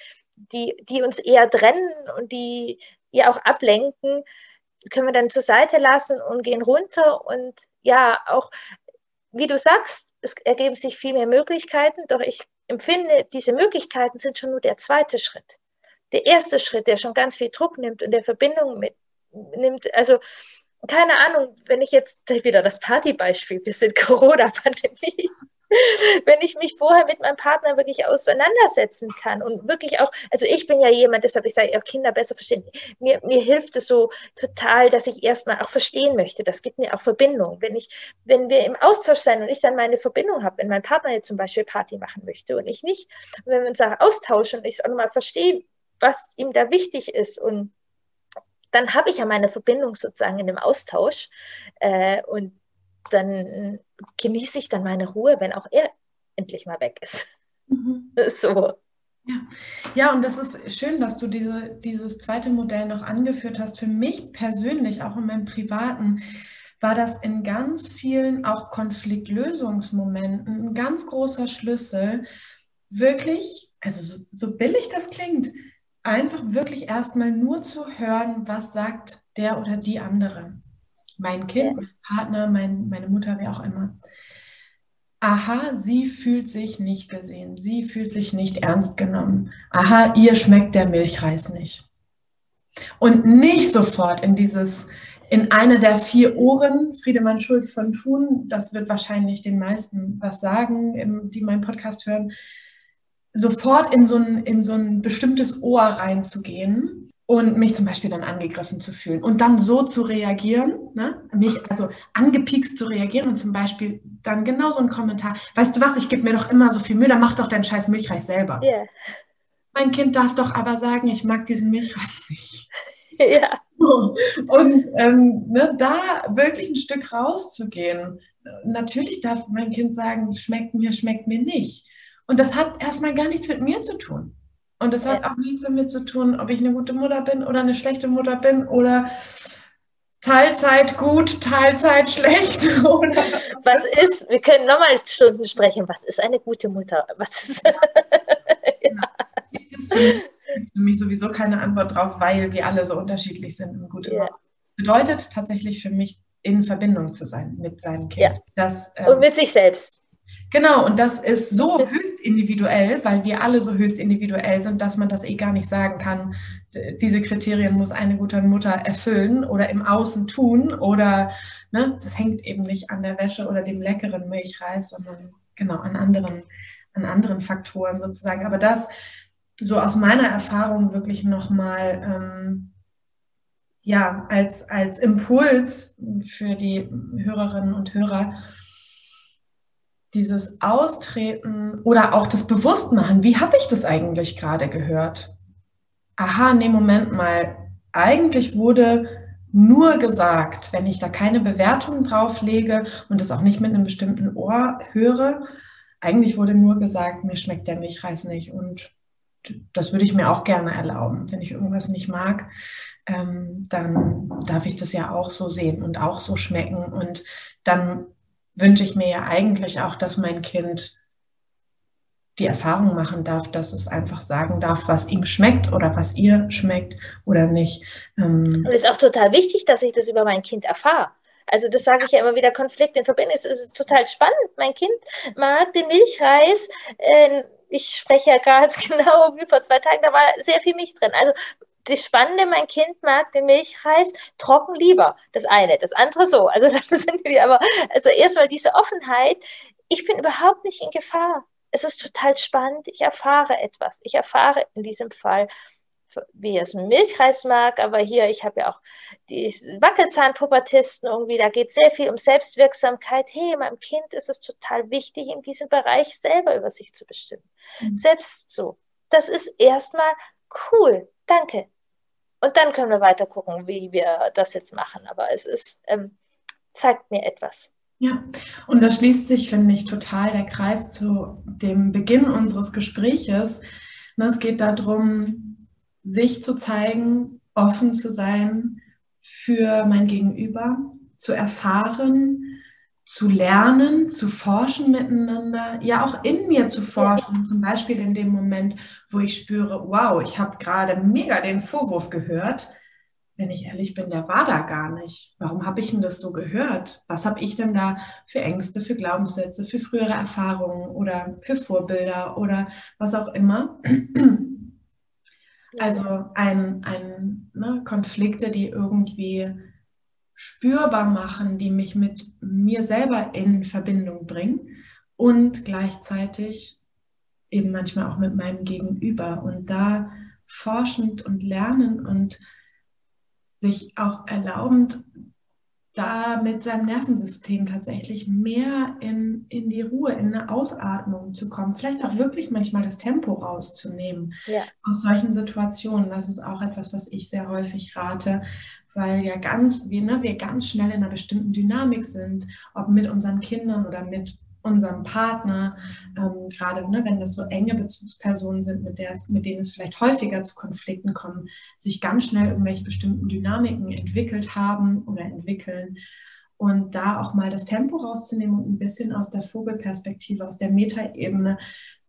die uns eher trennen und die ja auch ablenken, können wir dann zur Seite lassen und gehen runter. Und ja, auch, wie du sagst, es ergeben sich viel mehr Möglichkeiten, doch ich empfinde, diese Möglichkeiten sind schon nur der 2. Schritt. Der erste Schritt, der schon ganz viel Druck nimmt und der Verbindung mitnimmt, also keine Ahnung, wenn ich jetzt wieder das Partybeispiel, wir sind Corona-Pandemie, wenn ich mich vorher mit meinem Partner wirklich auseinandersetzen kann und wirklich auch, also ich bin ja jemand, deshalb ich sage, auch Kinder besser verstehen, mir hilft es so total, dass ich erstmal auch verstehen möchte, das gibt mir auch Verbindung, wenn wir im Austausch sein und ich dann meine Verbindung habe, wenn mein Partner jetzt zum Beispiel Party machen möchte und ich nicht, und wenn wir uns auch austauschen und ich es auch nochmal verstehe, was ihm da wichtig ist, und dann habe ich ja meine Verbindung sozusagen in dem Austausch und dann genieße ich dann meine Ruhe, wenn auch er endlich mal weg ist. Mhm. So. Ja, und das ist schön, dass du dieses 2. Modell noch angeführt hast. Für mich persönlich, auch in meinem Privaten, war das in ganz vielen auch Konfliktlösungsmomenten ein ganz großer Schlüssel, wirklich, also so billig das klingt, einfach wirklich erstmal nur zu hören, was sagt der oder die andere. Mein Kind, mein Partner, meine Mutter, wer auch immer. Aha, sie fühlt sich nicht gesehen. Sie fühlt sich nicht ernst genommen. Aha, ihr schmeckt der Milchreis nicht. Und nicht sofort in eine der 4 Ohren, Friedemann Schulz von Thun, das wird wahrscheinlich den meisten was sagen, die meinen Podcast hören, sofort in so ein bestimmtes Ohr reinzugehen und mich zum Beispiel dann angegriffen zu fühlen und dann so zu reagieren, ne? Mich also angepiekst zu reagieren und zum Beispiel dann genau so ein Kommentar, weißt du was, ich gebe mir doch immer so viel Mühe, dann mach doch deinen scheiß Milchreis selber. Yeah. Mein Kind darf doch aber sagen, ich mag diesen Milchreis nicht. Ja. Und da wirklich ein Stück rauszugehen. Natürlich darf mein Kind sagen, schmeckt mir nicht. Und das hat erstmal gar nichts mit mir zu tun. Und das hat auch nichts damit zu tun, ob ich eine gute Mutter bin oder eine schlechte Mutter bin oder Teilzeit gut, Teilzeit schlecht. Oder wir können nochmal Stunden sprechen, was ist eine gute Mutter? Was ist ist für mich sowieso keine Antwort drauf, weil wir alle so unterschiedlich sind. Und gute Mutter bedeutet tatsächlich für mich, in Verbindung zu sein mit seinem Kind. Und mit sich selbst. Genau, und das ist so höchst individuell, weil wir alle so höchst individuell sind, dass man das gar nicht sagen kann, diese Kriterien muss eine gute Mutter erfüllen oder im Außen tun oder, ne, das hängt eben nicht an der Wäsche oder dem leckeren Milchreis, sondern genau an anderen Faktoren sozusagen. Aber das so aus meiner Erfahrung wirklich nochmal ja, als Impuls für die Hörerinnen und Hörer, dieses Austreten oder auch das Bewusstmachen, wie habe ich das eigentlich gerade gehört? Aha, nee, Moment mal, eigentlich wurde nur gesagt, wenn ich da keine Bewertung drauf lege und das auch nicht mit einem bestimmten Ohr höre, eigentlich wurde nur gesagt, mir schmeckt der Milchreis nicht und das würde ich mir auch gerne erlauben. Wenn ich irgendwas nicht mag, dann darf ich das ja auch so sehen und auch so schmecken. Und dann wünsche ich mir ja eigentlich auch, dass mein Kind die Erfahrung machen darf, dass es einfach sagen darf, was ihm schmeckt oder was ihr schmeckt oder nicht. Und es ist auch total wichtig, dass ich das über mein Kind erfahre. Also das sage ich ja immer wieder, Konflikt in Verbindung. Es ist total spannend. Mein Kind mag den Milchreis. Ich spreche ja gerade genau wie vor 2 Tagen, da war sehr viel Milch drin. Also das Spannende, mein Kind mag den Milchreis trocken lieber. Das eine, das andere so. Also dann sind wir aber, also erstmal diese Offenheit. Ich bin überhaupt nicht in Gefahr. Es ist total spannend. Ich erfahre etwas. Ich erfahre in diesem Fall, wie er es mit Milchreis mag, aber hier, ich habe ja auch die Wackelzahnpubertisten irgendwie, da geht es sehr viel um Selbstwirksamkeit. Hey, meinem Kind ist es total wichtig, in diesem Bereich selber über sich zu bestimmen. Selbst so. Das ist erstmal cool. Danke. Und dann können wir weiter gucken, wie wir das jetzt machen. Aber es ist, zeigt mir etwas. Ja, und da schließt sich, finde ich, total der Kreis zu dem Beginn unseres Gespräches. Es geht darum, sich zu zeigen, offen zu sein für mein Gegenüber, zu erfahren, zu lernen, zu forschen miteinander, ja auch in mir zu forschen, zum Beispiel in dem Moment, wo ich spüre, wow, ich habe gerade mega den Vorwurf gehört. Wenn ich ehrlich bin, der war da gar nicht. Warum habe ich denn das so gehört? Was habe ich denn da für Ängste, für Glaubenssätze, für frühere Erfahrungen oder für Vorbilder oder was auch immer? Also Konflikte, die irgendwie spürbar machen, die mich mit mir selber in Verbindung bringen und gleichzeitig eben manchmal auch mit meinem Gegenüber und da forschend und lernen und sich auch erlaubend, da mit seinem Nervensystem tatsächlich mehr in die Ruhe, in eine Ausatmung zu kommen, vielleicht auch wirklich manchmal das Tempo rauszunehmen aus solchen Situationen. Das ist auch etwas, was ich sehr häufig rate, weil ja wir ganz schnell in einer bestimmten Dynamik sind, ob mit unseren Kindern oder mit unserem Partner, gerade wenn das so enge Bezugspersonen sind, mit denen es vielleicht häufiger zu Konflikten kommt, sich ganz schnell irgendwelche bestimmten Dynamiken entwickelt haben oder entwickeln. Und da auch mal das Tempo rauszunehmen und ein bisschen aus der Vogelperspektive, aus der Metaebene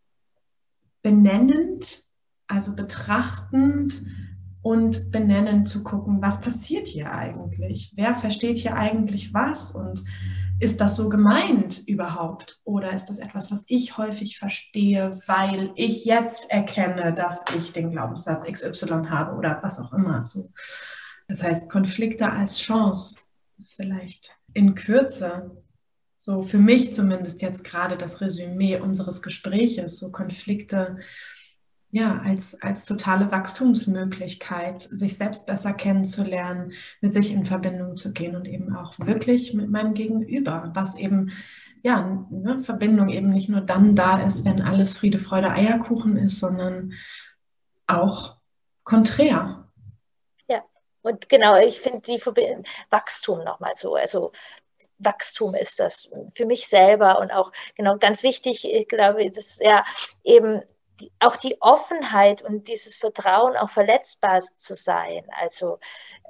benennend, also betrachtend und benennend zu gucken, was passiert hier eigentlich? Wer versteht hier eigentlich was? Und ist das so gemeint überhaupt? Oder ist das etwas, was ich häufig verstehe, weil ich jetzt erkenne, dass ich den Glaubenssatz XY habe oder was auch immer. So. Das heißt, Konflikte als Chance ist vielleicht in Kürze, so für mich zumindest jetzt gerade das Resümee unseres Gespräches, so Konflikte ja, als totale Wachstumsmöglichkeit, sich selbst besser kennenzulernen, mit sich in Verbindung zu gehen und eben auch wirklich mit meinem Gegenüber, was eben, ja, eine Verbindung eben nicht nur dann da ist, wenn alles Friede, Freude, Eierkuchen ist, sondern auch konträr. Ja, und genau, ich finde die Wachstum nochmal so, also Wachstum ist das für mich selber und auch genau ganz wichtig, ich glaube, das ist ja eben auch die Offenheit und dieses Vertrauen, auch verletzbar zu sein. Also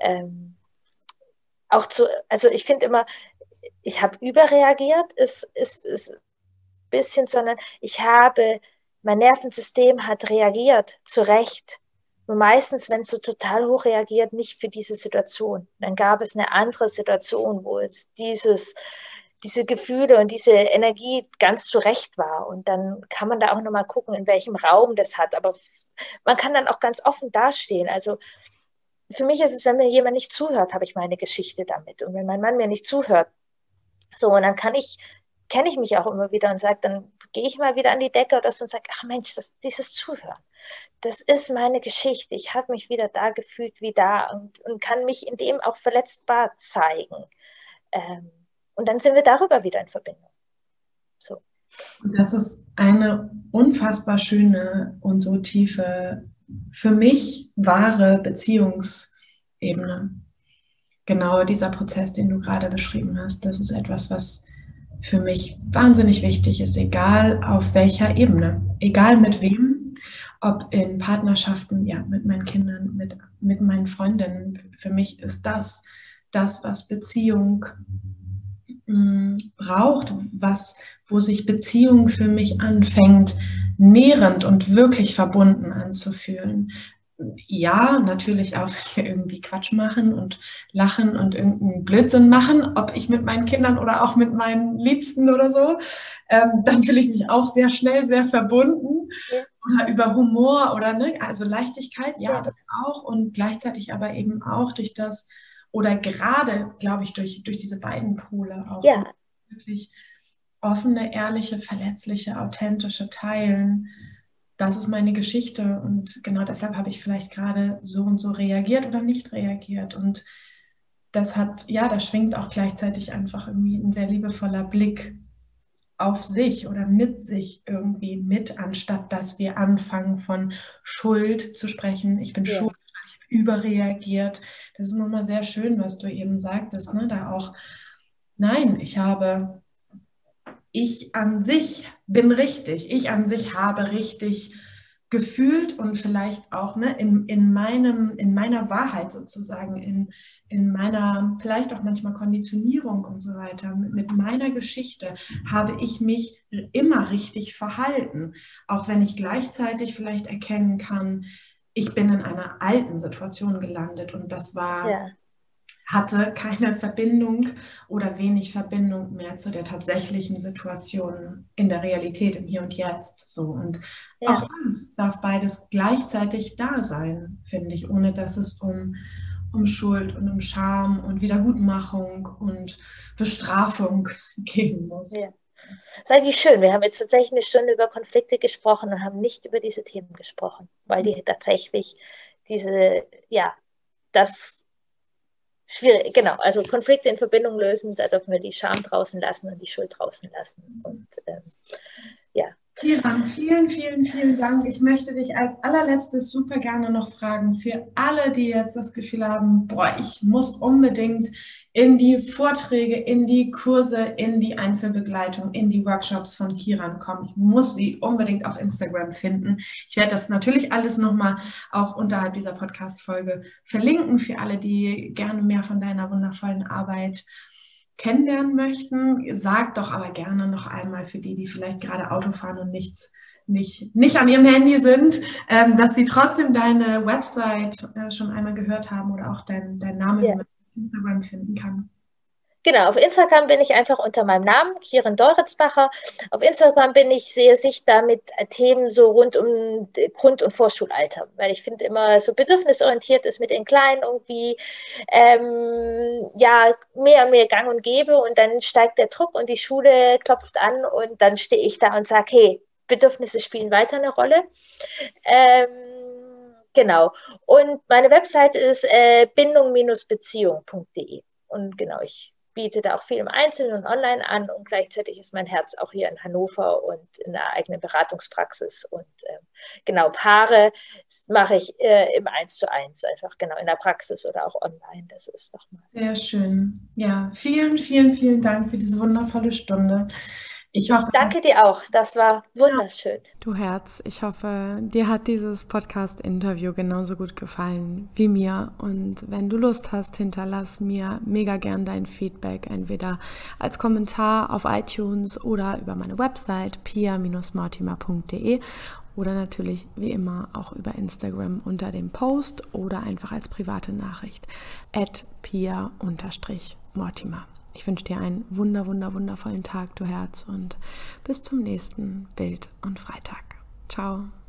also ich finde immer, ich habe überreagiert, ist ein bisschen, sondern mein Nervensystem hat reagiert, zu Recht. Nur meistens, wenn es so total hoch reagiert, nicht für diese Situation. Dann gab es eine andere Situation, wo es diese Gefühle und diese Energie ganz zurecht war. Und dann kann man da auch nochmal gucken, in welchem Raum das hat. Aber man kann dann auch ganz offen dastehen. Also für mich ist es, wenn mir jemand nicht zuhört, habe ich meine Geschichte damit. Und wenn mein Mann mir nicht zuhört, so, und dann kenne ich mich auch immer wieder und sage, dann gehe ich mal wieder an die Decke oder so und sage, ach Mensch, dieses Zuhören, das ist meine Geschichte. Ich habe mich wieder da gefühlt wie da und kann mich in dem auch verletzbar zeigen. Und dann sind wir darüber wieder in Verbindung. So. Das ist eine unfassbar schöne und so tiefe, für mich wahre Beziehungsebene. Genau dieser Prozess, den du gerade beschrieben hast, das ist etwas, was für mich wahnsinnig wichtig ist, egal auf welcher Ebene, egal mit wem, ob in Partnerschaften, ja, mit meinen Kindern, mit meinen Freundinnen. Für mich ist das, was Beziehung braucht, wo sich Beziehung für mich anfängt, nährend und wirklich verbunden anzufühlen. Ja, natürlich auch, wenn wir irgendwie Quatsch machen und lachen und irgendeinen Blödsinn machen, ob ich mit meinen Kindern oder auch mit meinen Liebsten oder so, dann fühle ich mich auch sehr schnell sehr verbunden. Ja. Oder über Humor oder also Leichtigkeit, ja, das auch, und gleichzeitig aber eben auch durch das, oder gerade, glaube ich, durch diese beiden Pole auch wirklich offene, ehrliche, verletzliche, authentische Teilen. Das ist meine Geschichte und genau deshalb habe ich vielleicht gerade so und so reagiert oder nicht reagiert. Und das da schwingt auch gleichzeitig einfach irgendwie ein sehr liebevoller Blick auf sich oder mit sich irgendwie mit, anstatt dass wir anfangen von Schuld zu sprechen. Ich bin schuld, ich habe überreagiert. Das ist nochmal sehr schön, was du eben sagtest, ne? Da auch, nein, ich an sich bin richtig. Ich an sich habe richtig gefühlt und vielleicht auch, ne, in meiner Wahrheit sozusagen, in meiner vielleicht auch manchmal Konditionierung und so weiter, mit meiner Geschichte habe ich mich immer richtig verhalten. Auch wenn ich gleichzeitig vielleicht erkennen kann, ich bin in einer alten Situation gelandet und das war... hatte keine Verbindung oder wenig Verbindung mehr zu der tatsächlichen Situation in der Realität, im Hier und Jetzt. So. Und auch das darf beides gleichzeitig da sein, finde ich, ohne dass es um Schuld und um Scham und Wiedergutmachung und Bestrafung gehen muss. Ja. Das ist eigentlich schön. Wir haben jetzt tatsächlich eine Stunde über Konflikte gesprochen und haben nicht über diese Themen gesprochen, weil die tatsächlich das schwierig, genau, also Konflikte in Verbindung lösen, da dürfen wir die Scham draußen lassen und die Schuld draußen lassen. Und Kiran, vielen, vielen, vielen Dank. Ich möchte dich als allerletztes super gerne noch fragen, für alle, die jetzt das Gefühl haben, ich muss unbedingt in die Vorträge, in die Kurse, in die Einzelbegleitung, in die Workshops von Kiran kommen. Ich muss sie unbedingt auf Instagram finden. Ich werde das natürlich alles nochmal auch unterhalb dieser Podcast-Folge verlinken für alle, die gerne mehr von deiner wundervollen Arbeit kennenlernen möchten. Sag doch aber gerne noch einmal für die vielleicht gerade Auto fahren und nicht an ihrem Handy sind, dass sie trotzdem deine Website schon einmal gehört haben oder auch dein Name, wie man auf Instagram finden kann. Genau, auf Instagram bin ich einfach unter meinem Namen, Kiran Deuritzbacher. Auf Instagram bin ich sehr sichtbar mit Themen so rund um Grund- und Vorschulalter, weil ich finde immer so bedürfnisorientiert ist mit den Kleinen irgendwie mehr und mehr gang und gäbe und dann steigt der Druck und die Schule klopft an und dann stehe ich da und sage, hey, Bedürfnisse spielen weiter eine Rolle. Genau. Und meine Website ist bindung-beziehung.de und genau, ich biete da auch viel im Einzelnen und online an und gleichzeitig ist mein Herz auch hier in Hannover und in der eigenen Beratungspraxis und Paare mache ich im 1:1 einfach genau in der Praxis oder auch online, das ist nochmal. Sehr schön. Ja, vielen, vielen, vielen Dank für diese wundervolle Stunde. Ich danke dir auch, das war wunderschön. Du Herz, ich hoffe, dir hat dieses Podcast-Interview genauso gut gefallen wie mir. Und wenn du Lust hast, hinterlass mir mega gern dein Feedback, entweder als Kommentar auf iTunes oder über meine Website pia-mortimer.de oder natürlich wie immer auch über Instagram unter dem Post oder einfach als private Nachricht @pia_mortimer. Ich wünsche dir einen wundervollen Tag, du Herz, und bis zum nächsten Bild und Freitag. Ciao.